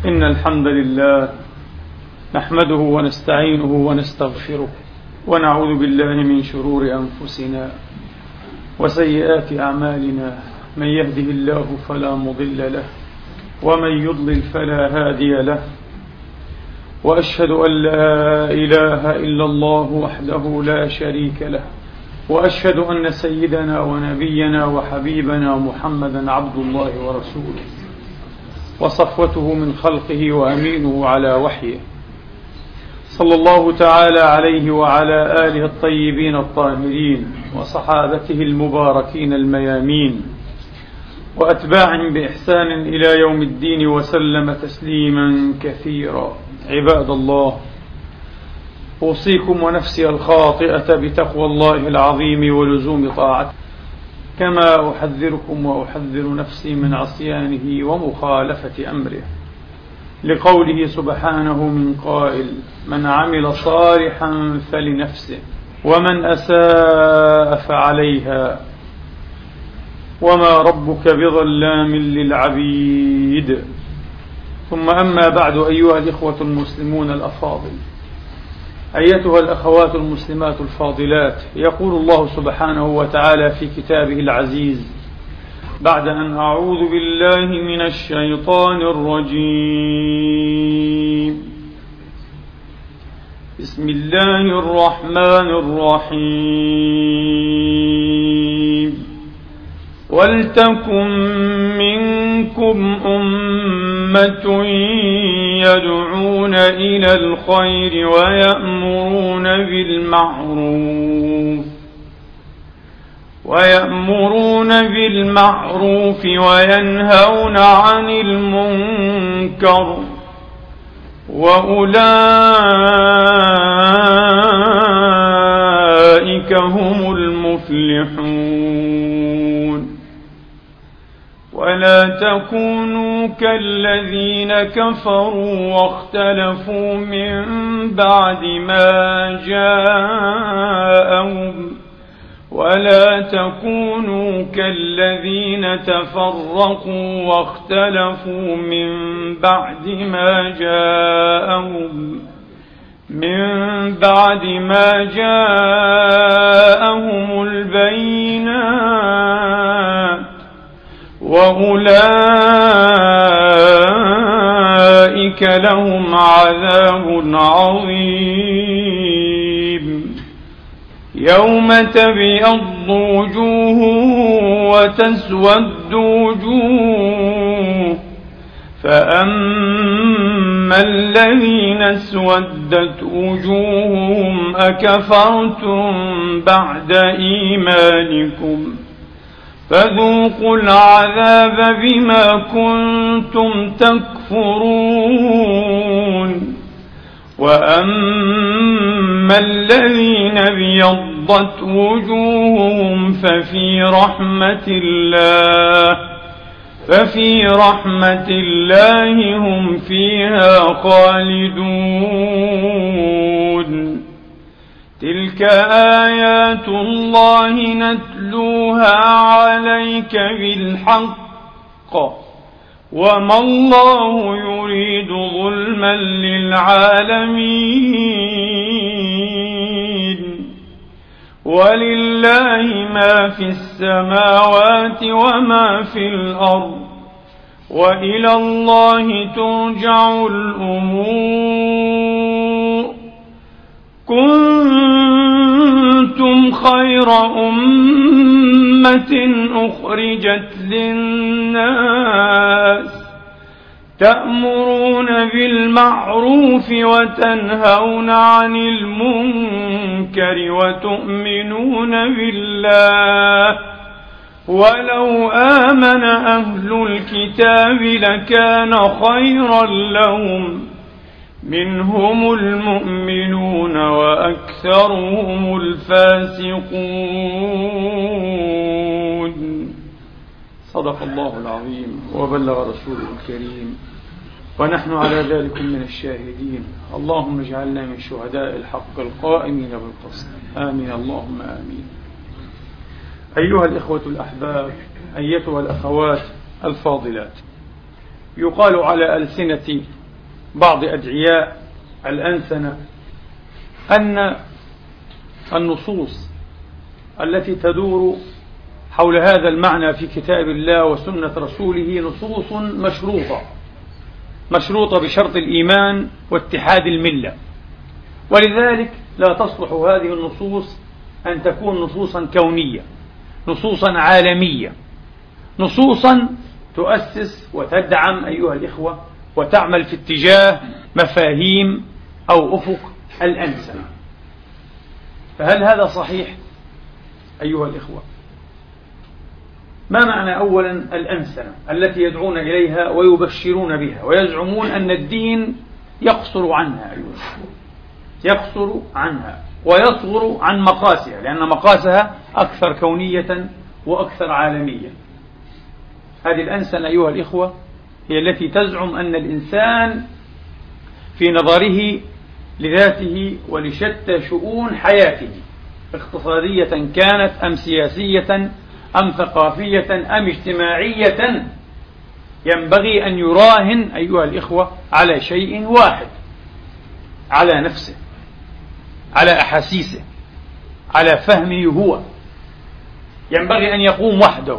إن الحمد لله نحمده ونستعينه ونستغفره ونعوذ بالله من شرور أنفسنا وسيئات أعمالنا، من يهده الله فلا مضل له ومن يضلل فلا هادي له، وأشهد أن لا إله إلا الله وحده لا شريك له، وأشهد أن سيدنا ونبينا وحبيبنا محمدا عبد الله ورسوله وصفوته من خلقه وأمينه على وحيه، صلى الله تعالى عليه وعلى آله الطيبين الطاهرين وصحابته المباركين الميامين وأتباعهم بإحسان إلى يوم الدين وسلم تسليما كثيرا. عباد الله، أوصيكم ونفسي الخاطئة بتقوى الله العظيم ولزوم طاعته، كما أحذركم وأحذر نفسي من عصيانه ومخالفة أمره، لقوله سبحانه من قائل: من عمل صالحا فلنفسه ومن أساء فعليها وما ربك بظلام للعبيد. ثم أما بعد، أيها الإخوة المسلمون الأفاضل، أيتها الأخوات المسلمات الفاضلات، يقول الله سبحانه وتعالى في كتابه العزيز بعد أن أعوذ بالله من الشيطان الرجيم: بسم الله الرحمن الرحيم: ولتكن منكم أمة يدعون إلى الخير ويأمرون بالمعروف وينهون عن المنكر، وأولئك هم المفلحون. ولا تكونوا كالذين كفروا واختلفوا من بعد ما جاءهم، ولا تكونوا كالذين تفرقوا واختلفوا من بعد ما جاءهم البينات، وأولئك لهم عذاب عظيم. يوم تبيض وجوه وتسود وجوه، فأما الذين اسودت وجوههم أكفرتم بعد إيمانكم فذوقوا العذاب بما كنتم تكفرون. وأما الذين ابيضت وجوههم ففي رحمة الله هم فيها خالدون. تلك آيات الله نتلوها عليك بالحق، وما الله يريد ظلما للعالمين. ولله ما في السماوات وما في الأرض، وإلى الله ترجع الأمور. كنتم خير أمة أخرجت للناس تأمرون بالمعروف وتنهون عن المنكر وتؤمنون بالله، ولو آمن أهل الكتاب لكان خيرا لهم، منهم المؤمنون وأكثرهم الفاسقون. صدق الله العظيم وبلغ رسوله الكريم، ونحن على ذلك من الشاهدين. اللهم اجعلنا من شهداء الحق القائمين بالقسط، آمين اللهم آمين. أيها الإخوة الأحباب، أيتها الأخوات الفاضلات، يقال على ألسنة بعض أدعياء الأنسنة أن النصوص التي تدور حول هذا المعنى في كتاب الله وسنة رسوله نصوص مشروطة بشرط الإيمان واتحاد الملة، ولذلك لا تصلح هذه النصوص أن تكون نصوصا كونية، نصوصا عالمية، نصوصا تؤسس وتدعم أيها الإخوة وتعمل في اتجاه مفاهيم أو أفق الأنسنة. فهل هذا صحيح أيها الإخوة؟ ما معنى أولا الأنسنة التي يدعون إليها ويبشرون بها ويزعمون أن الدين يقصر عنها أيها الإخوة، يقصر عنها ويصغر عن مقاسها، لأن مقاسها أكثر كونية وأكثر عالمية. هذه الأنسنة أيها الإخوة هي التي تزعم أن الإنسان في نظره لذاته ولشتى شؤون حياته، اقتصادية كانت أم سياسية أم ثقافية أم اجتماعية، ينبغي أن يراهن أيها الإخوة على شيء واحد، على نفسه، على أحاسيسه، على فهمه هو. ينبغي أن يقوم وحده،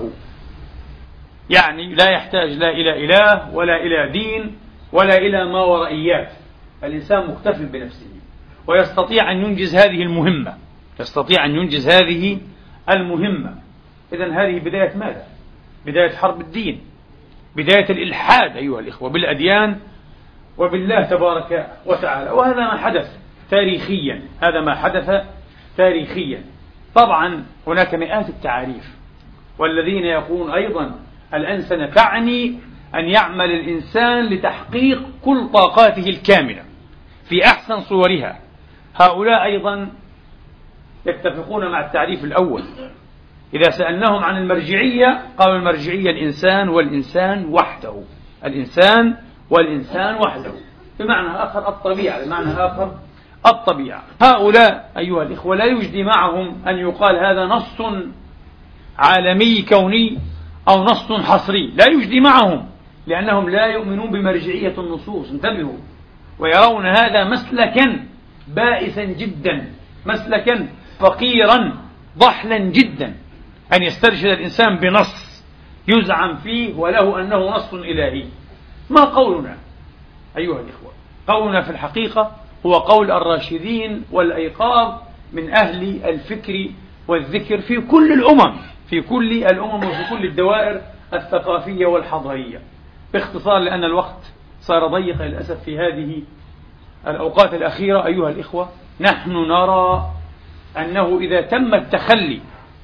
يعني لا يحتاج لا إلى إله ولا إلى دين ولا إلى ما ورائيات. الإنسان مكتفل بنفسه ويستطيع أن ينجز هذه المهمة، يستطيع أن ينجز هذه المهمة. إذن هذه بداية ماذا؟ بداية حرب الدين، بداية الإلحاد أيها الإخوة بالأديان وبالله تبارك وتعالى. وهذا ما حدث تاريخيا، هذا ما حدث تاريخيا. طبعا هناك مئات التعاريف، والذين يقولون أيضا الأنسنة تعني أن يعمل الإنسان لتحقيق كل طاقاته الكاملة في أحسن صورها. هؤلاء أيضا يتفقون مع التعريف الأول. إذا سألناهم عن المرجعية قالوا المرجعية الإنسان والإنسان وحده، الإنسان والإنسان وحده، بمعنى آخر الطبيعة، بمعنى آخر الطبيعة. هؤلاء أيها الإخوة لا يجدي معهم أن يقال هذا نص عالمي كوني أو نص حصري، لا يجدي معهم، لأنهم لا يؤمنون بمرجعية النصوص، انتبهوا، ويرون هذا مسلكا بائسا جدا، مسلكا فقيرا ضحلا جدا، أن يسترشد الإنسان بنص يزعم فيه وله أنه نص إلهي. ما قولنا أيها الإخوة؟ قولنا في الحقيقة هو قول الراشدين والأيقاظ من أهل الفكر والذكر في كل الأمم، في كل الأمم وفي كل الدوائر الثقافية والحضارية. باختصار لأن الوقت صار ضيقا للأسف في هذه الأوقات الأخيرة أيها الإخوة، نحن نرى أنه إذا تم التخلي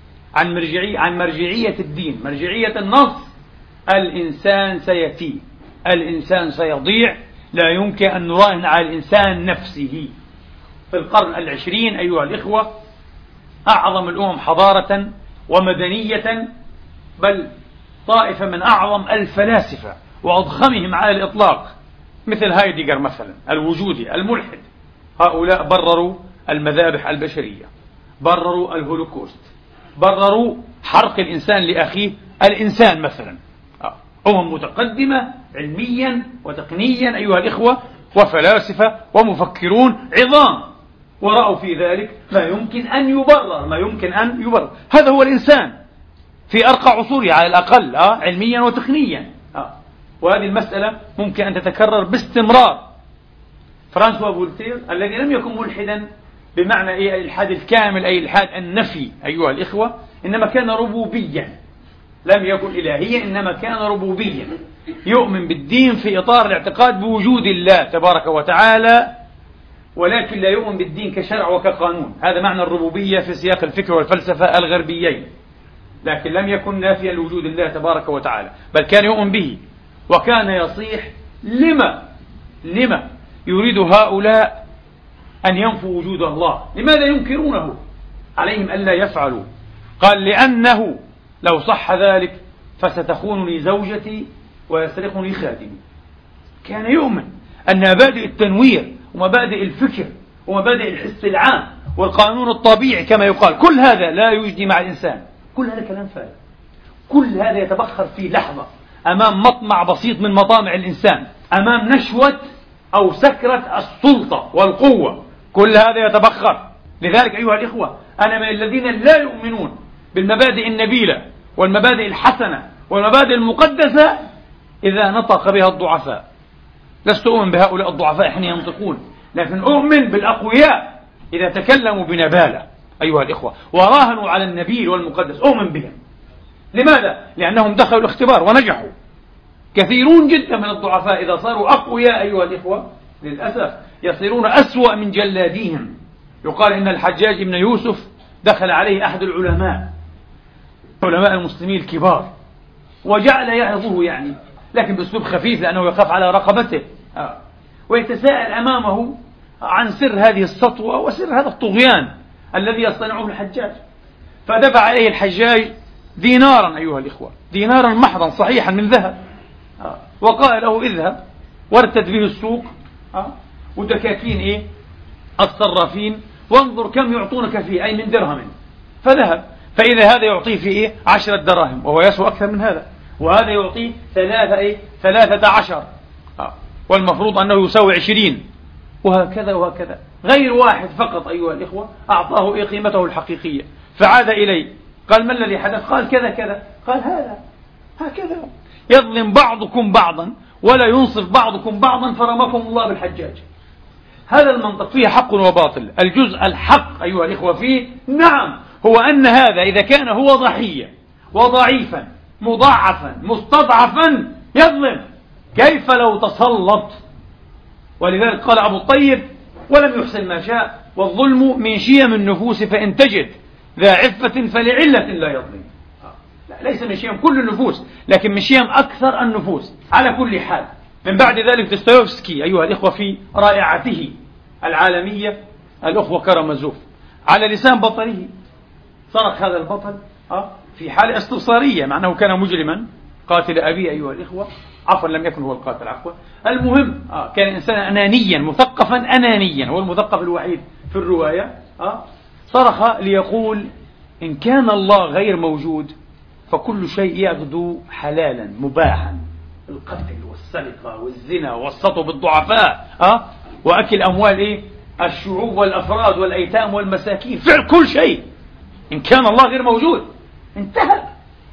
عن مرجعية الدين، مرجعية النص، الإنسان سيتيه، الإنسان سيضيع. لا يمكن أن نراهن على الإنسان نفسه. في القرن العشرين أيها الإخوة أعظم الأمم حضارة ومدنية، بل طائفة من أعظم الفلاسفة وأضخمهم على الإطلاق مثل هايدغر مثلا الوجودي الملحد، هؤلاء برروا المذابح البشرية، برروا الهولوكوست، برروا حرق الإنسان لأخيه الإنسان مثلا. أمم متقدمة علميا وتقنيا أيها الإخوة، وفلاسفة ومفكرون عظام، ورأوا في ذلك ما يمكن أن يبرر، ما يمكن أن يبرر. هذا هو الإنسان في أرقى عصوره على الأقل، علميا وتقنيا. وهذه المسألة ممكن أن تتكرر باستمرار. فرانسوا فولتير الذي لم يكن ملحدا بمعنى الإلحاد الكامل، أي الإلحاد النفي أيها الإخوة، إنما كان ربوبيا، لم يكن إلهيا إنما كان ربوبيا، يؤمن بالدين في إطار الاعتقاد بوجود الله تبارك وتعالى، ولكن لا يؤمن بالدين كشرع وكقانون. هذا معنى الربوبية في سياق الفكر والفلسفة الغربيين، لكن لم يكن نافيا لوجود الله تبارك وتعالى، بل كان يؤمن به، وكان يصيح لما يريد هؤلاء أن ينفوا وجود الله؟ لماذا ينكرونه؟ عليهم ألا يفعلوا. قال لأنه لو صح ذلك فستخونني زوجتي ويسرقني خادمي. كان يؤمن أن مبادئ التنوير ومبادئ الفكر ومبادئ الحس العام والقانون الطبيعي كما يقال، كل هذا لا يجدي مع الإنسان، كل هذا كلام فارغ، كل هذا يتبخر في لحظة أمام مطمع بسيط من مطامع الإنسان، أمام نشوة أو سكرة السلطة والقوة، كل هذا يتبخر. لذلك أيها الإخوة، أنا من الذين لا يؤمنون بالمبادئ النبيلة والمبادئ الحسنة والمبادئ المقدسة إذا نطق بها الضعفاء. لست أؤمن بهؤلاء الضعفاء حين ينطقون، لكن أؤمن بالأقوياء إذا تكلموا بنبالة أيها الإخوة وراهنوا على النبيل والمقدس، أؤمن بهم. لماذا؟ لأنهم دخلوا الاختبار ونجحوا. كثيرون جدا من الضعفاء إذا صاروا أقوياء أيها الإخوة للأسف يصيرون أسوأ من جلاديهم. يقال إن الحجاج بن يوسف دخل عليه أحد العلماء المسلمين الكبار وجعل يعظه يعني، لكن بأسلوب خفيف لأنه يخاف على رقبته، ويتساءل أمامه عن سر هذه السطوة وسر هذا الطغيان الذي يصطنعه الحجاج. فدفع إليه الحجاج دينارا أيها الإخوة، دينارا محضا صحيحا من ذهب، وقال له اذهب وارتد به السوق ودكاكين الصرافين وانظر كم يعطونك فيه، أي من درهم. فذهب فإذا هذا يعطيه فيه 10 دراهم، وهو يسوى أكثر من هذا، وهذا يعطيه 13، والمفروض أنه يساوي 20، وهكذا وهكذا. غير واحد فقط أيها الإخوة أعطاه قيمته الحقيقية. فعاد إليه قال ما الذي حدث؟ قال كذا كذا. قال هكذا يظلم بعضكم بعضا ولا ينصف بعضكم بعضا فرمكم الله بالحجاج. هذا المنطق فيه حق وباطل. الجزء الحق أيها الإخوة فيه نعم هو أن هذا إذا كان هو ضحية وضعيفا مضاعفا مستضعفا يظلم، كيف لو تسلط؟ ولذلك قال أبو الطيب ولم يحسن ما شاء، والظلم من شيم النفوس فإن تجد ذا عفة فلعلة لا يظلم. ليس من شيم كل النفوس، لكن من شيم أكثر النفوس. على كل حال، من بعد ذلك دوستويفسكي أيها الإخوة في رائعته العالمية الأخوة كرامازوف على لسان بطله صرخ هذا البطل في حالة استبصارية، مع أنه كان مجرما قاتل أبيه أيها الإخوة، عفوا لم يكن هو القاتل عفوا، المهم كان إنسانا أنانيا مثقفا أنانيا، هو المثقف الوحيد في الرواية. صرخ ليقول إن كان الله غير موجود فكل شيء يغدو حلالا مباحا، القتل والسرقة والزنا والسطو بالضعفاء وأكل أموال الشعوب والأفراد والأيتام والمساكين، فعل كل شيء إن كان الله غير موجود. انتهى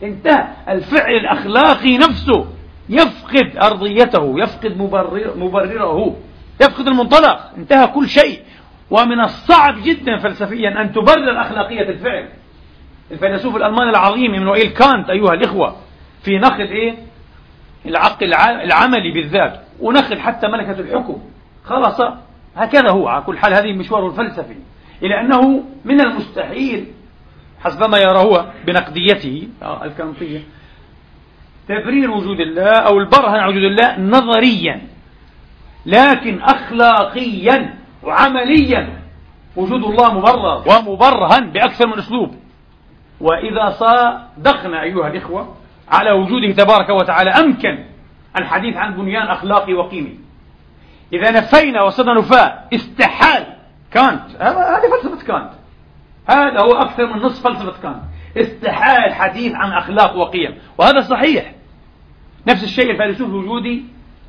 الفعل الأخلاقي نفسه يفقد أرضيته، يفقد مبرره، يفقد المنطلق، انتهى كل شيء. ومن الصعب جدا فلسفيا أن تبرر أخلاقية الفعل. الفيلسوف الألماني العظيم إمانويل كانت أيها الإخوة في نقد العقل العملي بالذات، ونقد حتى ملكة الحكم، خلاص هكذا هو على كل حال. هذه مشواره الفلسفي، إلى أنه من المستحيل حسب ما يرى هو بنقديته الكانطية تبرير وجود الله أو البرهن عن وجود الله نظريا، لكن أخلاقيا وعمليا وجود الله مبرر ومبرهن بأكثر من أسلوب. وإذا صادقنا أيها الإخوة على وجوده تبارك وتعالى أمكن الحديث عن بنيان أخلاقي وقيمي. إذا نفينا وصرنا نفاء استحال كانت، هذه فلسفة كانت، هذا هو أكثر من نصف فلسفة كانت، استحال حديث عن أخلاق وقيم، وهذا صحيح. نفس الشيء الفيلسوف الوجودي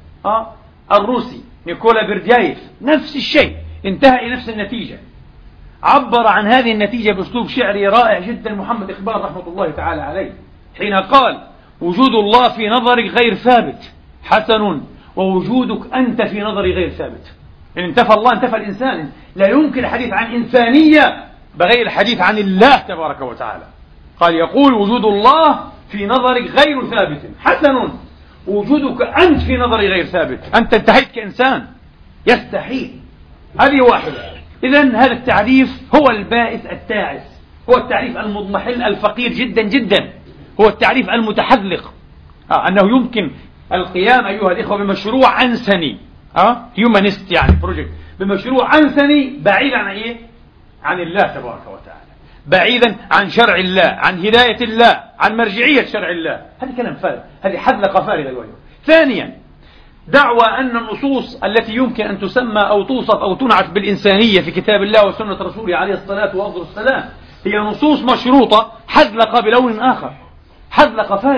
الروسي نيكولا بيرديايف، نفس الشيء، انتهى إلى نفس النتيجة. عبر عن هذه النتيجة بأسلوب شعري رائع جدا محمد إقبال رحمة الله تعالى عليه، حين قال وجود الله في نظرك غير ثابت حسن، ووجودك أنت في نظري غير ثابت. إن انتفى الله انتفى الإنسان. لا يمكن الحديث عن إنسانية بغير الحديث عن الله تبارك وتعالى. قال يقول وجود الله في نظرك غير ثابت حسن، وجودك أنت في نظري غير ثابت، أنت انتهيت كإنسان، يستحيل. هذه واحدة. إذن هذا التعريف هو البائس التاعس، هو التعريف المضمحل الفقير جدا جدا، هو التعريف المتحذلق. أنه يمكن القيام أيها الإخوة بمشروع أنسني، هيومانيست يعني بروجكت، بمشروع أنسني بعيد عن عن الله تبارك وتعالى، بعيدا عن شرع الله، عن هداية الله، عن مرجعية شرع الله. هذا كلام فارغ، هذه حذلقة فارغة الوجه. ثانيا، دعوى أن النصوص التي يمكن أن تسمى أو توصف أو تنعت بالإنسانية في كتاب الله وسنة رسوله عليه الصلاة والسلام هي نصوص مشروطة، حذلقة بلون آخر، حذلقة فارغة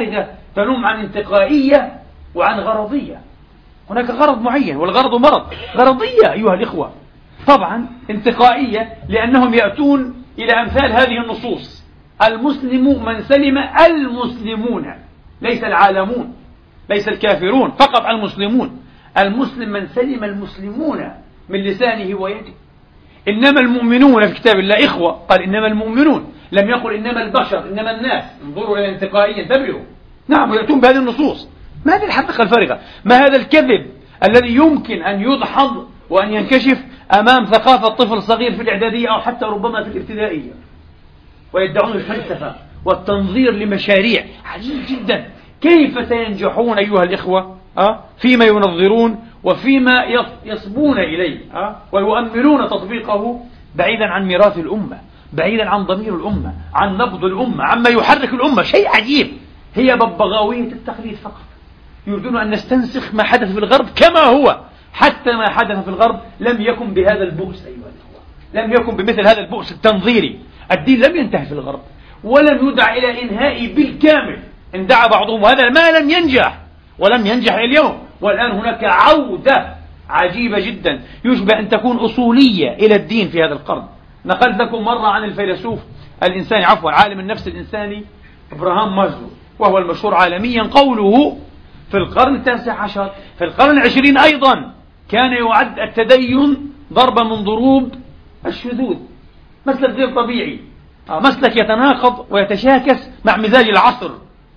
تنم عن انتقائية وعن غرضية. هناك غرض معين، والغرض مرض. غرضية أيها الإخوة، طبعا انتقائية لأنهم يأتون إلى أمثال هذه النصوص: المسلم من سلم المسلمون، ليس العالمون، ليس الكافرون، فقط المسلمون. المسلم من سلم المسلمون من لسانه ويده. إنما المؤمنون في كتاب الله إخوة، قال إنما المؤمنون، لم يقل إنما البشر، إنما الناس. انظروا إلى الانتقائية، انتبهوا. نعم، ويأتون بهذه النصوص. ما هذه الحقيقة الفارغة؟ ما هذا الكذب الذي يمكن أن يدحض وأن ينكشف أمام ثقافة طفل صغير في الإعدادية أو حتى ربما في الابتدائية، ويدعون الفلسفة والتنظير لمشاريع. عجيب جدا. كيف سينجحون أيها الإخوة فيما ينظرون وفيما يصبون إليه ويؤملون تطبيقه بعيدا عن ميراث الأمة، بعيدا عن ضمير الأمة، عن نبض الأمة، عما يحرك الأمة. شيء عجيب. هي ببغاوية التقليد فقط. يريدون أن نستنسخ ما حدث في الغرب كما هو، حتى ما حدث في الغرب لم يكن بهذا البؤس أيها الإخوة، لم يكن بمثل هذا البؤس التنظيري. الدين لم ينتهي في الغرب، ولم يدع إلى إنهائه بالكامل. اندعى بعضهم، وهذا ما لم ينجح ولم ينجح اليوم. والآن هناك عودة عجيبة جدا، يشبه أن تكون أصولية إلى الدين في هذا القرن. نقلت لكم مرة عن الفيلسوف الإنساني، عالم النفس الإنساني إبراهام مازلو، وهو المشهور عالميا، قوله في القرن 19 في القرن 20 أيضا كان يعد التدين ضربا من ضروب الشذوذ، مسلك غير طبيعي، مسلك يتناقض ويتشاكس مع مزاج العصر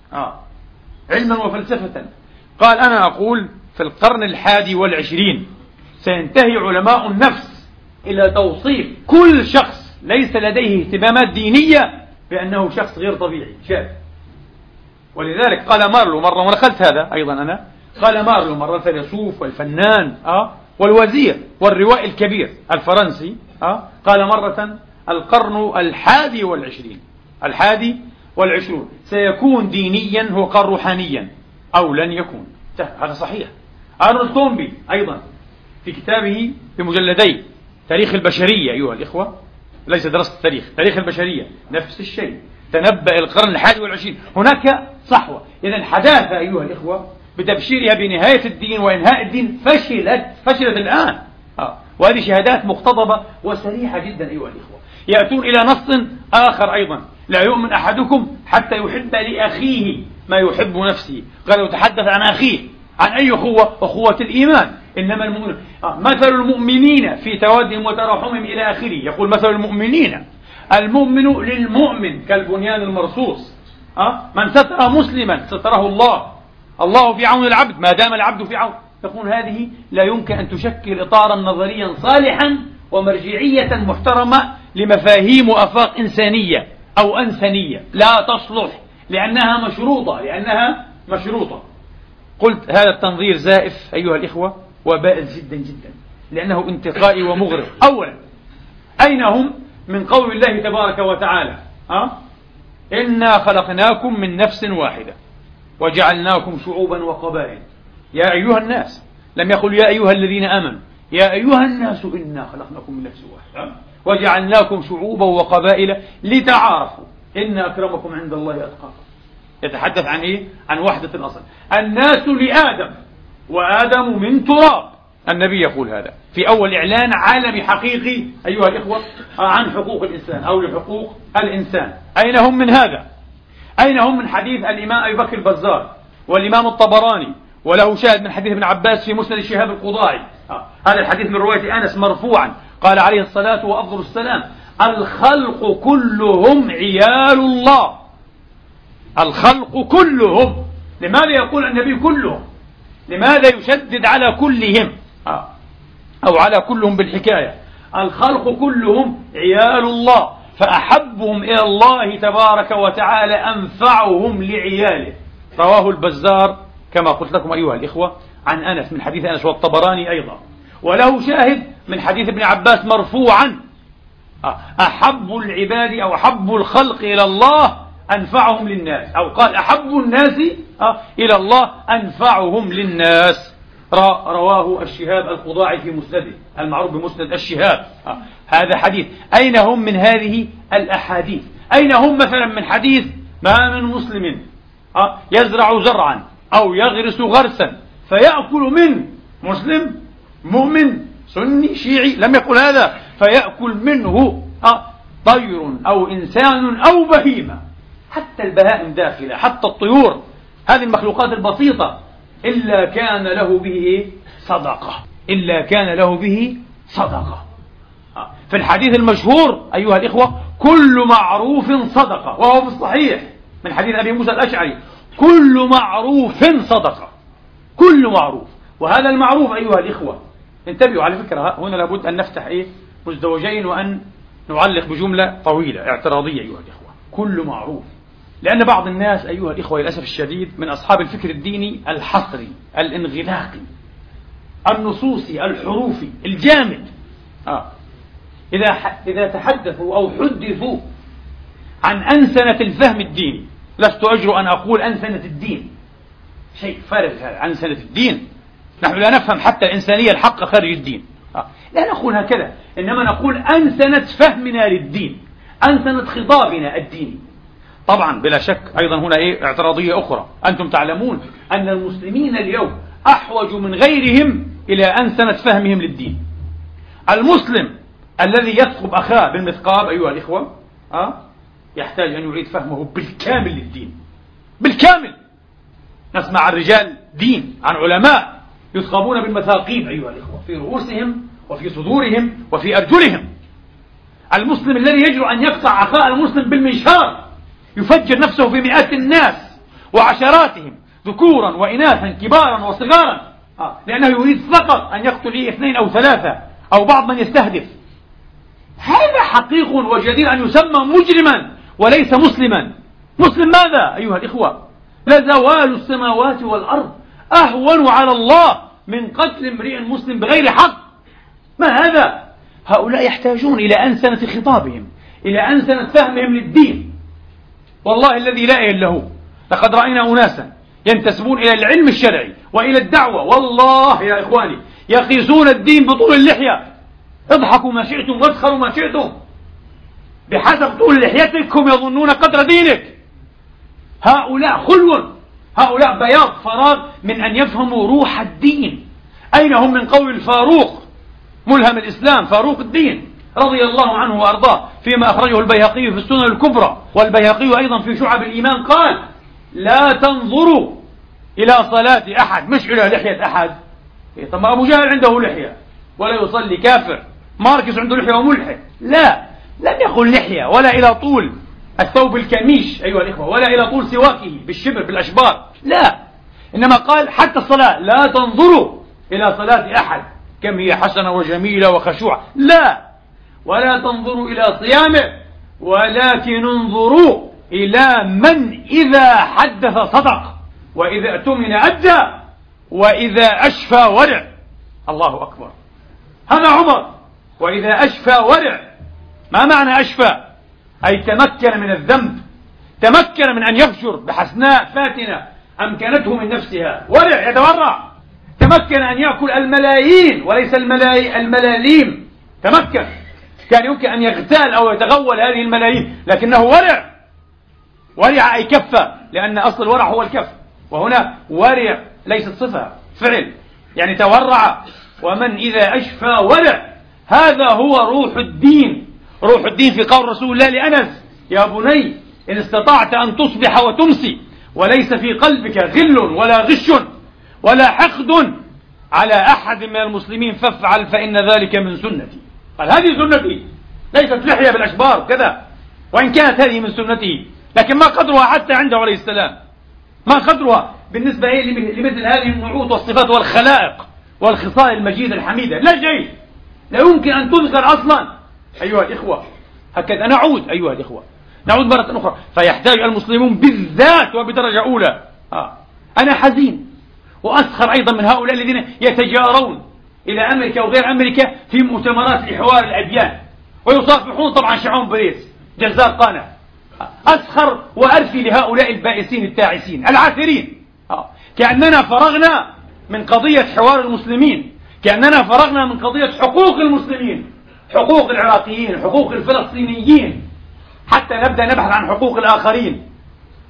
علما وفلسفة. قال: أنا أقول في القرن 21 سينتهي علماء النفس إلى توصيف كل شخص ليس لديه اهتمامات دينية بأنه شخص غير طبيعي شاذ. ولذلك قال مارلو مرة، ونقلت هذا أيضا أنا، قال مارلو مرة، الفيلسوف والفنان والوزير والروائي الكبير الفرنسي، قال مرة: القرن 21 سيكون دينيا هو قرن روحانيا أو لن يكون. هذا صحيح. أرنولد تومبي أيضا في كتابه بمجلدين تاريخ البشرية أيها الإخوة، ليس دراسة التاريخ، تاريخ البشرية، نفس الشيء، تنبأ القرن 21 هناك صحوة. إذن الحداثة أيها الإخوة بتبشيرها بنهاية الدين وإنهاء الدين فشلت الآن. وهذه شهادات مقتضبة وسريحة جدا أيها الإخوة. يأتون إلى نص آخر أيضا: لا يؤمن أحدكم حتى يحب لأخيه ما يحب نفسه. قال يتحدث عن أخيه، عن أي أخوة؟ أخوة الإيمان. إنما المؤمنون مثل المؤمنين في تودهم وتراحمهم إلى آخره. يقول: مثل المؤمنين، المؤمن للمؤمن كالبنيان المرصوص. من ستر مسلما ستره الله، الله في عون العبد ما دام العبد في عون. تقول هذه لا يمكن أن تشكل إطارا نظريا صالحا ومرجعية محترمة لمفاهيم وأفاق إنسانية أو أنسانية، لا تصلح، لأنها مشروطة. قلت هذا التنظير زائف أيها الإخوة وبائس جدا جدا، لأنه انتقائي ومغرض. أولا، أين هم من قول الله تبارك وتعالى: إنا خلقناكم من نفس واحدة وجعلناكم شعوبا وقبائل. يا أيها الناس، لم يقل يا أيها الذين آمنوا، يا أيها الناس إنا خلقناكم من نفس واحدة وجعلناكم شعوبا وقبائل لتعارفوا إن أكرمكم عند الله أتقاكم. يتحدث عن إيه؟ عن وحدة الأصل. الناس لآدم وآدم من تراب. النبي يقول هذا في أول إعلان عالمي حقيقي أيها الإخوة عن حقوق الإنسان أو لحقوق الإنسان. أين هم من هذا؟ أين هم من حديث الإمام أبي بكر البزار والإمام الطبراني، وله شاهد من حديث ابن عباس في مسند شهاب القضاعي؟ هذا الحديث من رواية أنس مرفوعا، قال عليه الصلاة وأفضل السلام: الخلق كلهم عيال الله. الخلق كلهم. لماذا يقول النبي كلهم؟ لماذا يشدد على كلهم أو على كلهم بالحكاية؟ الخلق كلهم عيال الله، فأحبهم إلى الله تبارك وتعالى أنفعهم لعياله. رواه البزار كما قلت لكم أيها الإخوة عن أنس من حديث أنس، والطبراني أيضا، وله شاهد من حديث ابن عباس مرفوعا: أحب العباد أو أحب الخلق إلى الله أنفعهم للناس، أو قال أحب الناس إلى الله أنفعهم للناس. رواه الشهاب القضاعي في مسنده المعروف بمسند الشهاب. هذا حديث. أين هم من هذه الأحاديث؟ أين هم مثلا من حديث: ما من مسلم يزرع زرعا أو يغرس غرسا فيأكل منه مسلم مؤمن سني شيعي، لم يقل هذا، فيأكل منه طير أو إنسان أو بهيمة، حتى البهائم داخلة، حتى الطيور، هذه المخلوقات البسيطة، إلا كان له به صدقة، إلا كان له به صدقة. في الحديث المشهور أيها الإخوة: كل معروف صدقة، وهو في الصحيح من حديث أبي موسى الأشعري: كل معروف صدقة، كل معروف. وهذا المعروف أيها الإخوة، انتبهوا على فكرة، هنا لابد أن نفتح مزدوجين وأن نعلق بجملة طويلة اعتراضية أيها الإخوة: كل معروف. لأن بعض الناس أيها الإخوة للأسف الشديد من أصحاب الفكر الديني الحصري الانغلاقي النصوصي الحروفي الجامد، إذا تحدثوا أو حدثوا عن أنسنة الفهم الديني، لست أجرؤ أن أقول أنسنة الدين، شيء فارغ هذا، أنسنة الدين، نحن لا نفهم حتى الإنسانية الحق خارج الدين، لا نقول هكذا، إنما نقول أنسنة فهمنا للدين، أنسنة خطابنا الديني. طبعا بلا شك أيضا هنا اعتراضية أخرى: أنتم تعلمون أن المسلمين اليوم أحوج من غيرهم إلى أنسنة فهمهم للدين. المسلم الذي يثقب أخاه بالمثقاب أيها الإخوة يحتاج أن يعيد فهمه بالكامل للدين، بالكامل. نسمع عن رجال دين، عن علماء يثقبون بالمثاقيب أيها الإخوة في رؤوسهم وفي صدورهم وفي أرجلهم. المسلم الذي يجرؤ أن يقطع أخاه المسلم بالمنشار، يفجر نفسه في مئات الناس وعشراتهم ذكورا وإناثا كبارا وصغارا، لأنه يريد فقط أن يقتل 2 أو 3 أو بعض من يستهدف. هذا حقيق وجدير أن يسمى مجرما وليس مسلما. مسلم ماذا أيها الإخوة؟ لزوال السماوات والأرض أهون على الله من قتل امرئ مسلم بغير حق. ما هذا؟ هؤلاء يحتاجون إلى أنسنة خطابهم، إلى أنسنة فهمهم للدين. والله الذي لا إله إلا هو، لقد رأينا أناسا ينتسبون إلى العلم الشرعي وإلى الدعوة، والله يا إخواني يقيسون الدين بطول اللحية. اضحكوا ما شئتم واسخروا ما شئتم، بحسب طول لحيتك هم يظنون قدر دينك. هؤلاء خلو، هؤلاء بياض فراغ من أن يفهموا روح الدين. أين هم من قول الفاروق ملهم الإسلام فاروق الدين رضي الله عنه وأرضاه فيما أخرجه البيهقي في السنن الكبرى، والبيهقي أيضا في شعب الإيمان، قال: لا تنظروا إلى صلاة أحد، مش إلى لحية أحد. طب ما أبو جهل عنده لحية ولا يصلي كافر، ماركس عنده لحية وملحد. لا، لم يقل لحية ولا إلى طول الثوب الكميش أيها الإخوة، ولا إلى طول سواكه بالشبر بالأشبار، لا، إنما قال حتى الصلاة لا تنظروا إلى صلاة أحد كم هي حسنة وجميلة وخشوعة، لا، ولا تنظروا إلى صيامه، ولكن انظروا إلى من إذا حدث صدق، وإذا اؤتمن أدى، وإذا أشفى ورع. الله أكبر، هذا عمر. وإذا أشفى ورع، ما معنى أشفى؟ أي تمكن من الذنب، تمكن من أن يفجر بحسناء فاتنة أمكنته من نفسها. ورع يتورع، تمكن أن يأكل الملايين وليس الملاليم، تمكن. كان يمكن أن يغتال أو يتغول هذه الملايين، لكنه ورع. ورع أي كف، لأن أصل الورع هو الكف، وهنا ورع ليست صفة، فعل، يعني تورع. ومن إذا أشفى ورع، هذا هو روح الدين. روح الدين في قول رسول الله لأنس: يا بني إن استطعت أن تصبح وتمسي وليس في قلبك غل ولا غش ولا حقد على أحد من المسلمين فافعل فإن ذلك من سنتي. قال هذه سنتي، ليست لحية بالأشبار كذا، وإن كانت هذه من سنته، لكن ما قدرها حتى عنده عليه السلام، ما قدرها بالنسبة لمثل هذه النعوت والصفات والخلائق والخصال المجيدة الحميدة، لا شيء، لا يمكن أن تذكر أصلا أيها الإخوة. هكذا نعود أيها الإخوة، نعود مرة أخرى. فيحتاج المسلمون بالذات وبدرجة أولى. أنا حزين وأسخر أيضا من هؤلاء الذين يتجارون إلى أمريكا وغير أمريكا في مؤتمرات لحوار الأديان، ويصافحون طبعا شعون بريس جزار قانا. أسخر وأرثي لهؤلاء البائسين التاعسين العاثرين، كأننا فرغنا من قضية حوار المسلمين، كأننا فرغنا من قضية حقوق المسلمين، حقوق العراقيين، حقوق الفلسطينيين، حتى نبدأ نبحث عن حقوق الآخرين.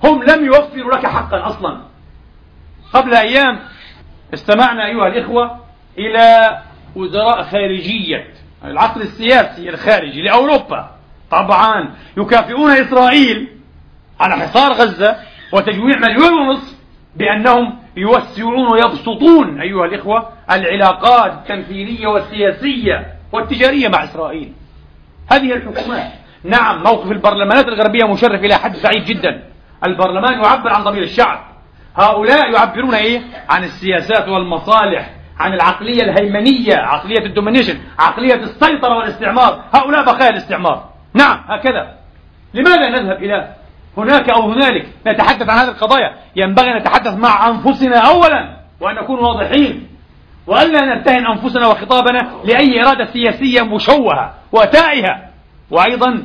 هم لم يوفروا لك حقا أصلا. قبل أيام استمعنا أيها الإخوة إلى وزراء خارجية العقل السياسي الخارجي لأوروبا، طبعا يكافئون إسرائيل على حصار غزة وتجويع 1.5 مليون بأنهم يوسعون ويبسطون أيها الإخوة العلاقات التمثيلية والسياسية والتجارية مع إسرائيل. هذه الحكومات، نعم، موقف البرلمانات الغربية مشرف إلى حد بعيد جدا. البرلمان يعبر عن ضمير الشعب، هؤلاء يعبرون عن السياسات والمصالح، عن العقلية الهيمنية، عقلية الدومينيشن، عقلية السيطرة والاستعمار. هؤلاء بقايا الاستعمار. نعم هكذا. لماذا نذهب إلى هناك أو هنالك نتحدث عن هذه القضايا؟ ينبغي أن نتحدث مع أنفسنا أولا، وأن نكون واضحين، وألا نرتهن أنفسنا وخطابنا لأي إرادة سياسية مشوهة وتائهة، وأيضا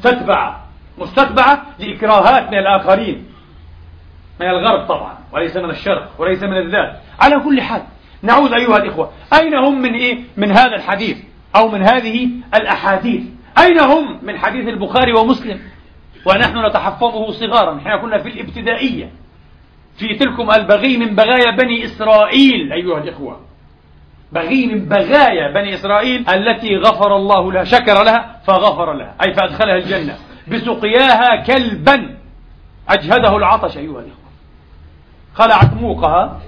مستتبعة لإكراهات من الآخرين، من الغرب طبعا، وليس من الشرق وليس من الذات. على كل حال نعود أيها الإخوة، أين هم من هذا الحديث أو من هذه الأحاديث؟ أين هم من حديث البخاري ومسلم ونحن نتحفظه صغارا حين كنا في الابتدائية؟ في تلكم البغي من بغايا بني إسرائيل أيها الإخوة، بغي من بغايا بني إسرائيل التي غفر الله لها، شكر لها فغفر لها، أي فأدخلها الجنة بسقياها كلبا أجهده العطش أيها الإخوة، خلعت موقها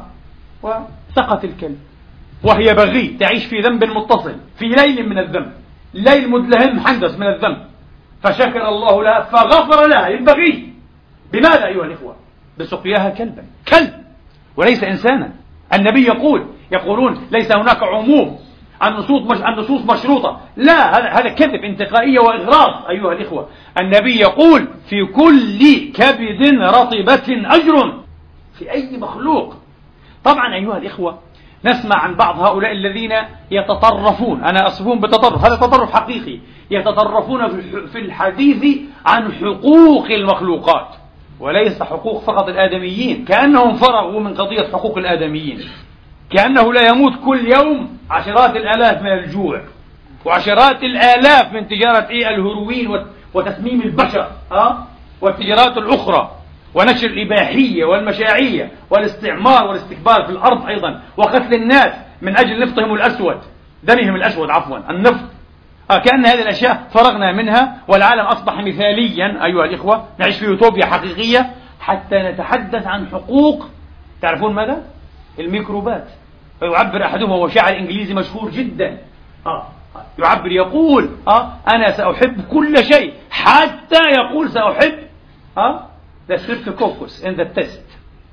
وسقت الكلب، وهي بغي تعيش في ذنب متصل، في ليل من الذنب، ليل مدلهم حندس من الذنب، فشكر الله لها فغفر لها البغي. بماذا أيها الإخوة؟ بسقياها كلبا، كلب وليس إنسانا. النبي يقولون ليس هناك عموم، النصوص مشروطة، لا، هذا كذب، انتقائية وإغراض أيها الإخوة. النبي يقول في كل كبد رطبة أجر، في أي مخلوق. طبعا أيها الإخوة نسمع عن بعض هؤلاء الذين يتطرفون، أنا أصفهم بالتطرف، هذا تطرف حقيقي، يتطرفون في الحديث عن حقوق المخلوقات، وليس حقوق فقط الآدميين، كأنهم فرغوا من قضية حقوق الآدميين، كأنه لا يموت كل يوم عشرات الآلاف من الجوع وعشرات الآلاف من تجارة الهروين وتسميم البشر والتجارات الأخرى ونشر الإباحية والمشاعية والاستعمار والاستكبار في الأرض أيضا، وقتل الناس من أجل نفطهم الأسود، دمهم الأسود عفوا، النفط. كأن هذه الأشياء فرغنا منها والعالم أصبح مثاليا أيها الإخوة، نعيش في يوتوبيا حقيقية حتى نتحدث عن حقوق. تعرفون ماذا؟ الميكروبات. ويعبر أحدهم وهو شاعر إنجليزي مشهور جدا، يعبر يقول أنا سأحب كل شيء، حتى يقول سأحب the streptococcus in the test،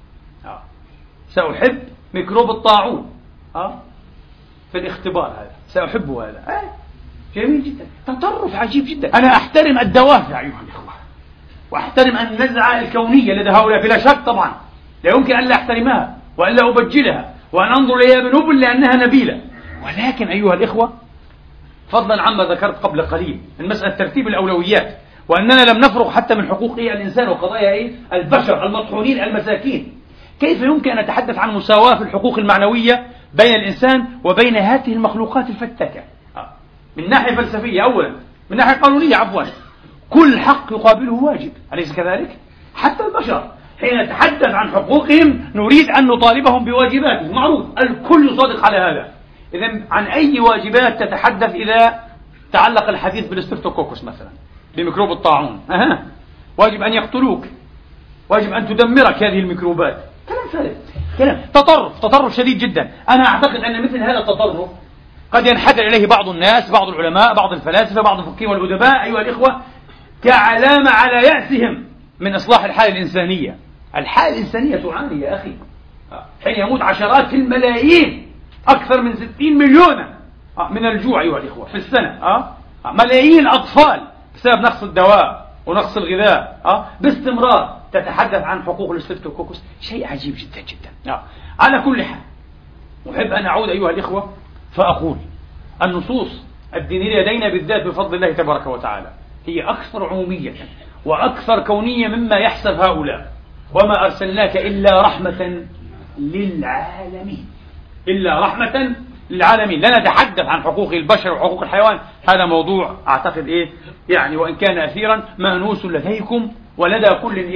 سأحب ميكروب الطاعون في الاختبار، هذا سأحبه، هذا جميل جدا، تطرف عجيب جدا. أنا أحترم الدوافع أيها الإخوة، وأحترم النزعة الكونية لدى هؤلاء بلا شك طبعا، لا يمكن أن لا أحترمها وألا أبجلها وأن أنظر إليها بنبل لأنها نبيلة، ولكن أيها الإخوة فضلا عما ذكرت قبل قليل من مسألة ترتيب الأولويات، وأننا لم نفرغ حتى من حقوق الإنسان وقضايا البشر المطحونين المساكين، كيف يمكن أن نتحدث عن مساواة في الحقوق المعنوية بين الإنسان وبين هذه المخلوقات الفتاكة؟ من ناحية فلسفية أولا، من ناحية قانونية عفوا، كل حق يقابله واجب، أليس كذلك؟ حتى البشر حين نتحدث عن حقوقهم نريد أن نطالبهم بواجباتهم، معروف، الكل يصادق على هذا. إذن عن أي واجبات تتحدث إذا تعلق الحديث بالستريبتوكوكس مثلا، بميكروب الطاعون؟ واجب أن يقتلوك، واجب أن تدمرك هذه الميكروبات. كلام فارغ، كلام تطرف شديد جدا. أنا أعتقد أن مثل هذا التطرف قد ينحدر إليه بعض الناس، بعض العلماء، بعض الفلاسفة، بعض الفقهاء والأدباء أيها الإخوة، كعلامة على يأسهم من إصلاح الحالة الإنسانية. الحالة الإنسانية تعاني يا أخي، حين يموت عشرات الملايين، أكثر من 60 مليون من الجوع أيها الإخوة في السنة، ملايين أطفال بسبب نقص الدواء ونقص الغذاء، باستمرار تتحدث عن حقوق الستريبتوكوكس، شيء عجيب جدا جدا. على كل حال أحب أن أعود أيها الإخوة فأقول النصوص الدينية لدينا بالذات بفضل الله تبارك وتعالى هي أكثر عمومية وأكثر كونية مما يحسب هؤلاء. وما أرسلناك إلا رحمة للعالمين، إلا رحمة للعالمين. لا نتحدث عن حقوق البشر وحقوق الحيوان، هذا موضوع أعتقد يعني وإن كان أثيرا مأنوس لديكم ولدى كل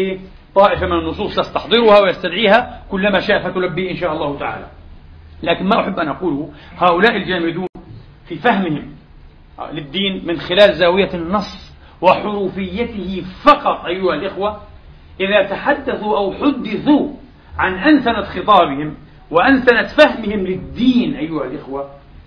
طائفة من النصوص تستحضرها ويستدعيها كلما شاء فتلبي إن شاء الله تعالى. لكن ما أحب أن أقوله، هؤلاء الجامدون في فهمهم للدين من خلال زاوية النص وحروفيته فقط أيها الإخوة، إذا تحدثوا أو حدثوا عن أنسنة خطابهم وأنسنة فهمهم للدين أيها الإخوة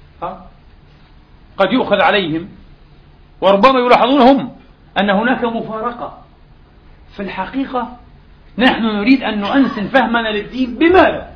قد يؤخذ عليهم، وربما يلاحظون هم أن هناك مفارقة. في الحقيقة نحن نريد أن نؤنسن فهمنا للدين بماذا؟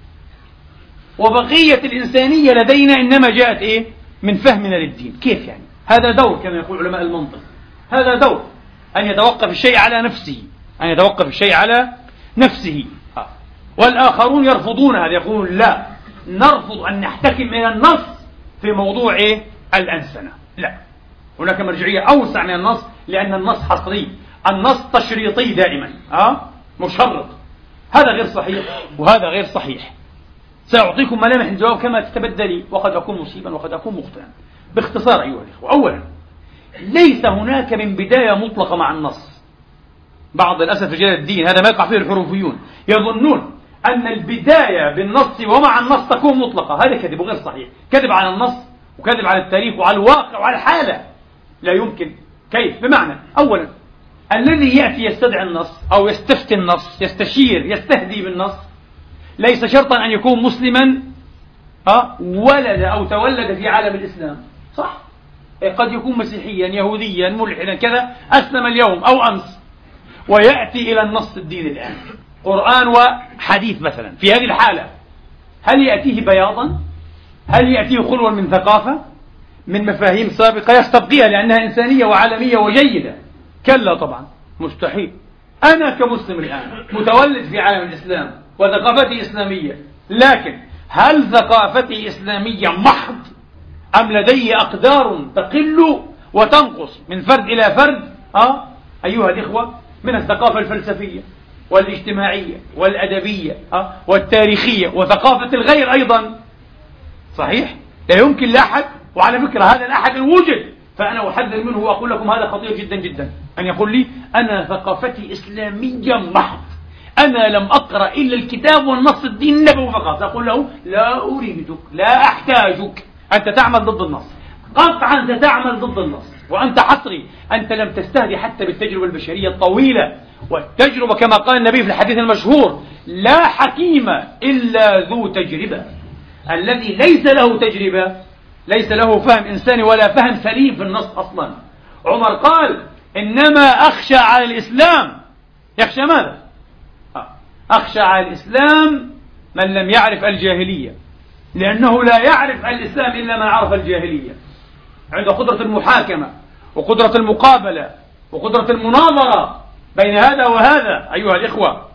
وبقية الإنسانية لدينا إنما جاءت من فهمنا للدين. كيف يعني؟ هذا دور كما يقول علماء المنطق، هذا دور أن يتوقف الشيء على نفسه، أن يتوقف الشيء على نفسه. والآخرون يرفضون هذا، يقولون لا، نرفض أن نحتكم إلى النص في موضوع الأنسنة. لا، هناك مرجعية أوسع من النص، لأن النص حصري، النص تشريطي دائما مشرط. هذا غير صحيح وهذا غير صحيح. سأعطيكم ملامح الجواب كما تتبدلي، وقد أكون مصيبا وقد أكون مخطئا. باختصار أيها الإخوة، أولا ليس هناك من بداية مطلقة مع النص. بعض الأسف رجال الدين هذا ما يقع فيه الحروفيون، يظنون أن البداية بالنص ومع النص تكون مطلقة. هذا كذب وغير صحيح، كذب على النص وكذب على التاريخ وعلى الواقع وعلى الحالة. لا يمكن. كيف؟ بمعنى أولا الذي يأتي يستدعي النص أو يستفتي النص، يستشير، يستهدي بالنص، ليس شرطا أن يكون مسلما ولد أو تولد في عالم الإسلام، صح؟ قد يكون مسيحيا، يهوديا، ملحدا، كذا، أسلم اليوم أو أمس ويأتي إلى النص الدين الآن، قرآن وحديث مثلا. في هذه الحالة هل يأتيه بياضا؟ هل يأتيه خلوا من ثقافة، من مفاهيم سابقة يستبقيها لأنها إنسانية وعالمية وجيدة؟ كلا طبعا، مستحيل. أنا كمسلم الآن متولد في عالم الإسلام وثقافتي إسلامية، لكن هل ثقافتي إسلامية محض أم لدي أقدار تقل وتنقص من فرد إلى فرد أيها الإخوة، من الثقافة الفلسفية والاجتماعية والأدبية والتاريخية وثقافة الغير أيضا؟ صحيح؟ لا يمكن لأحد، وعلى فكرة هذا الأحد الوجد، فأنا أحذر منه وأقول لكم هذا خطير جدا جدا، أن يقول لي أنا ثقافتي إسلامية محض، أنا لم أقرأ إلا الكتاب والنص الدين النبوي فقط. أقول له لا أريدك، لا أحتاجك، أنت تعمل ضد النص، قطعا أنت تعمل ضد النص، وأنت حصري، أنت لم تستهدي حتى بالتجربة البشرية الطويلة. والتجربة كما قال النبي في الحديث المشهور: لا حكيم إلا ذو تجربة. الذي ليس له تجربة ليس له فهم إنساني ولا فهم سليم في النص أصلا. عمر قال: إنما أخشى على الإسلام. يخشى ماذا؟ أخشى على الإسلام من لم يعرف الجاهلية، لأنه لا يعرف الإسلام إلا من عرف الجاهلية. عنده قدرة المحاكمة وقدرة المقابلة وقدرة المناظرة بين هذا وهذا أيها الإخوة.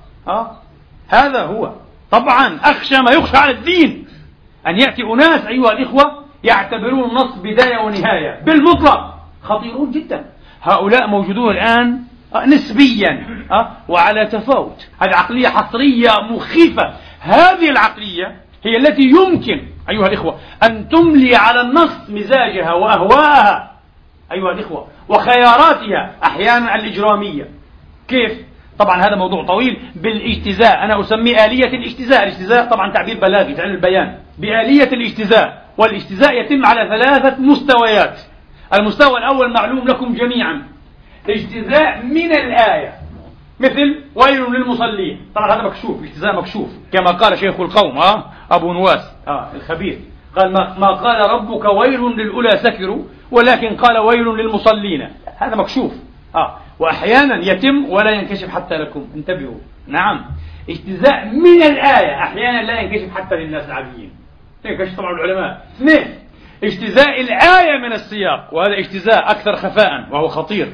هذا هو. طبعا أخشى ما يخشى على الدين، أن يأتي أناس أيها الإخوة يعتبرون النص بداية ونهاية بالمطلق، خطيرون جدا. هؤلاء موجودون الآن نسبيا وعلى تفاوت. هذه عقلية حصرية مخيفة. هذه العقلية هي التي يمكن أيها الإخوة أن تملي على النص مزاجها وأهواءها أيها الإخوة وخياراتها، أحيانا الإجرامية. كيف؟ طبعا هذا موضوع طويل. بالاجتزاء، أنا أسميه آلية الاجتزاء. الاجتزاء طبعا تعبير بلاغي في علم البيان. بآلية الاجتزاء، والاجتزاء يتم على 3 مستويات. المستوى الأول معلوم لكم جميعا، اجتزاء من الآية، مثل ويل للمصلين. طبعا هذا مكشوف، اجتزاء مكشوف، كما قال شيخ القوم أبو نواس الخبير، قال ما قال ربك ويل للأولى سكروا، ولكن قال ويل للمصلين. هذا مكشوف. وأحيانا يتم ولا ينكشف حتى لكم، انتبهوا. نعم، اجتزاء من الآية أحيانا لا ينكشف حتى للناس العاديين، ينكشف طبعا العلماء. 2، اجتزاء الآية من السياق، وهذا اجتزاء أكثر خفاء وهو خطير.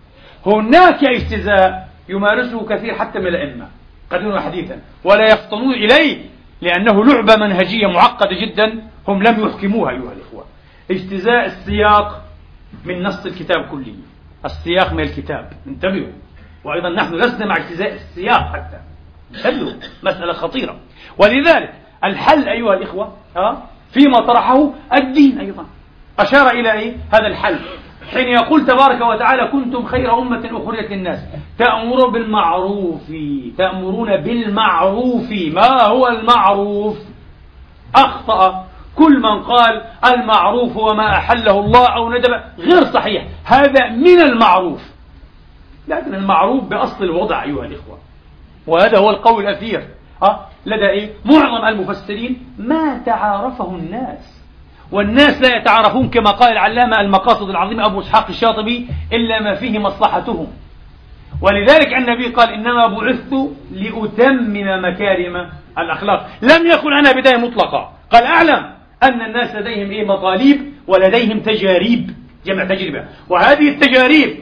هناك اجتزاء يمارسه كثير حتى من الأئمة قديما وحديثا ولا يفطنون إليه، لأنه لعبة منهجية معقدة جدا هم لم يحكموها أيها الإخوة. اجتزاء السياق من نص الكتاب كله، السياق من الكتاب، انتبهوا. وأيضا نحن لسنا مع اجتزاء السياق حتى، انتبهوا، مسألة خطيرة. ولذلك الحل أيها الإخوة فيما طرحه الدين أيضا أشار إلى هذا الحل. حين يقول تبارك وتعالى كنتم خير أمة أخرجت للناس تأمرون بالمعروف. ما هو المعروف؟ أخطأ كل من قال المعروف وما أحله الله أو ندب، غير صحيح، هذا من المعروف، لكن المعروف بأصل الوضع أيها الإخوة، وهذا هو القول الأثير لدى معظم المفسرين، ما تعارفه الناس، والناس لا يتعارفون كما قال العلامة المقاصد العظيم أبو إسحاق الشاطبي إلا ما فيه مصلحتهم. ولذلك النبي قال إنما بعثت لأتمم مكارم الأخلاق، لم يكن أنا بداية مطلقة، قال أعلم أن الناس لديهم مطالب ولديهم تجاريب، جمع تجربة، وهذه التجاريب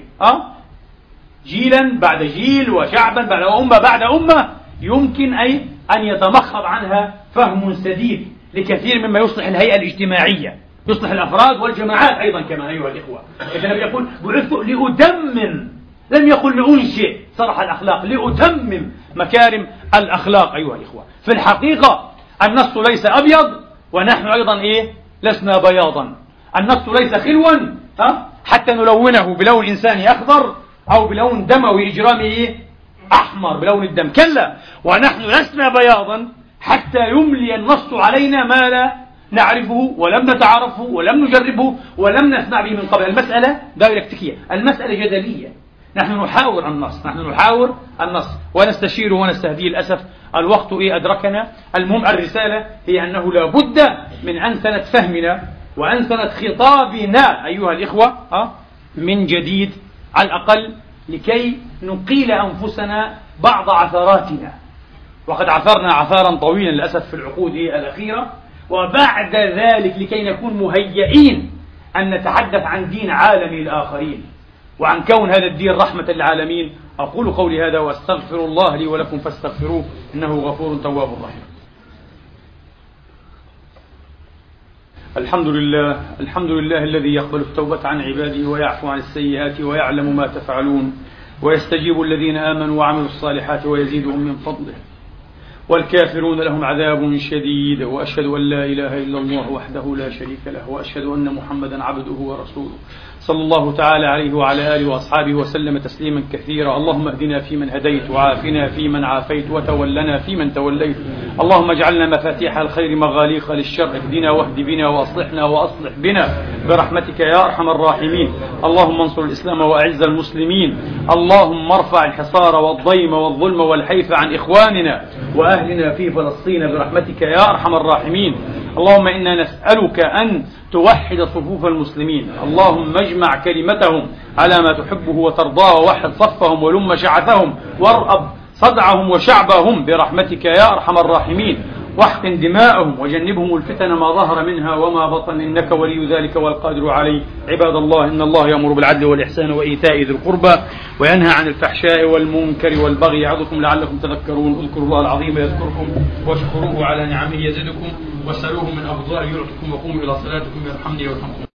جيلا بعد جيل وشعبا بعد أمة بعد أمة يمكن أن يتمخض عنها فهم سديد لكثير مما يصلح الهيئة الاجتماعية، يصلح الأفراد والجماعات أيضا كما أيها الإخوة. النبي يقول بعثت لأتمم، لم يقل لأنشئ صرح الأخلاق، لأتمم مكارم الأخلاق أيها الإخوة. في الحقيقة النص ليس أبيض ونحن أيضا لسنا بياضا، النص ليس خلوا حتى نلونه بلون إنساني أخضر أو بلون دموي إجرامي أحمر بلون الدم، كلا، ونحن لسنا بياضا حتى يملي النص علينا ما لا نعرفه ولم نتعارفه ولم نجربه ولم نسمع به من قبل. المسألة دايلكتيكية، المسألة جدلية، نحن نحاور النص ونستشيره ونستهديه. للأسف الوقت أدركنا. المهم الرسالة هي أنه لا بد من أنسنة فهمنا وأنسنة خطابنا أيها الإخوة من جديد على الأقل، لكي نقيل أنفسنا بعض عثراتنا، وقد عثرنا عثارا طويلا للأسف في العقود الأخيرة، وبعد ذلك لكي نكون مهيئين أن نتحدث عن دين عالمي الآخرين وعن كون هذا الدين رحمة للعالمين. أقول قولي هذا وأستغفر الله لي ولكم فاستغفروه إنه غفور تواب رحيم. الحمد لله الذي يقبل التوبة عن عباده ويعفو عن السيئات ويعلم ما تفعلون ويستجيب الذين آمنوا وعملوا الصالحات ويزيدهم من فضله، والكافرون لهم عذاب شديد. وأشهد أن لا إله إلا الله وحده لا شريك له، وأشهد أن محمدا عبده ورسوله صلى الله تعالى عليه وعلى آله وأصحابه وسلم تسليما كثيرا. اللهم اهدنا فيمن هديت، وعافنا فيمن عافيت، وتولنا فيمن توليت. اللهم اجعلنا مفاتيح الخير مغاليق للشر، اهدنا واهد بنا وأصلحنا وأصلح بنا برحمتك يا أرحم الراحمين. اللهم انصر الإسلام وأعز المسلمين. اللهم ارفع الحصار والضيم والظلم والحيف عن إخواننا وأهلنا في فلسطين برحمتك يا أرحم الراحمين. اللهم إنا نسألك أن توحد صفوف المسلمين، اللهم اجمع كلمتهم على ما تحبه وترضاه، ووحد صفهم ولم شعثهم وارأب صدعهم وشعبهم برحمتك يا أرحم الراحمين. واحقن دماءهم وجنبهم الفتن ما ظهر منها وما بطن، إنك ولي ذلك والقادر عليه. عباد الله، إن الله يأمر بالعدل والإحسان وإيتاء ذي القربى وينهى عن الفحشاء والمنكر والبغي يعظكم لعلكم تذكرون. اذكروا الله العظيم يذكركم واشكروه على نعمه يزدكم واسألوه من أفضال يعطكم، وقوموا إلى صلاتكم يرحمني ويرحمكم.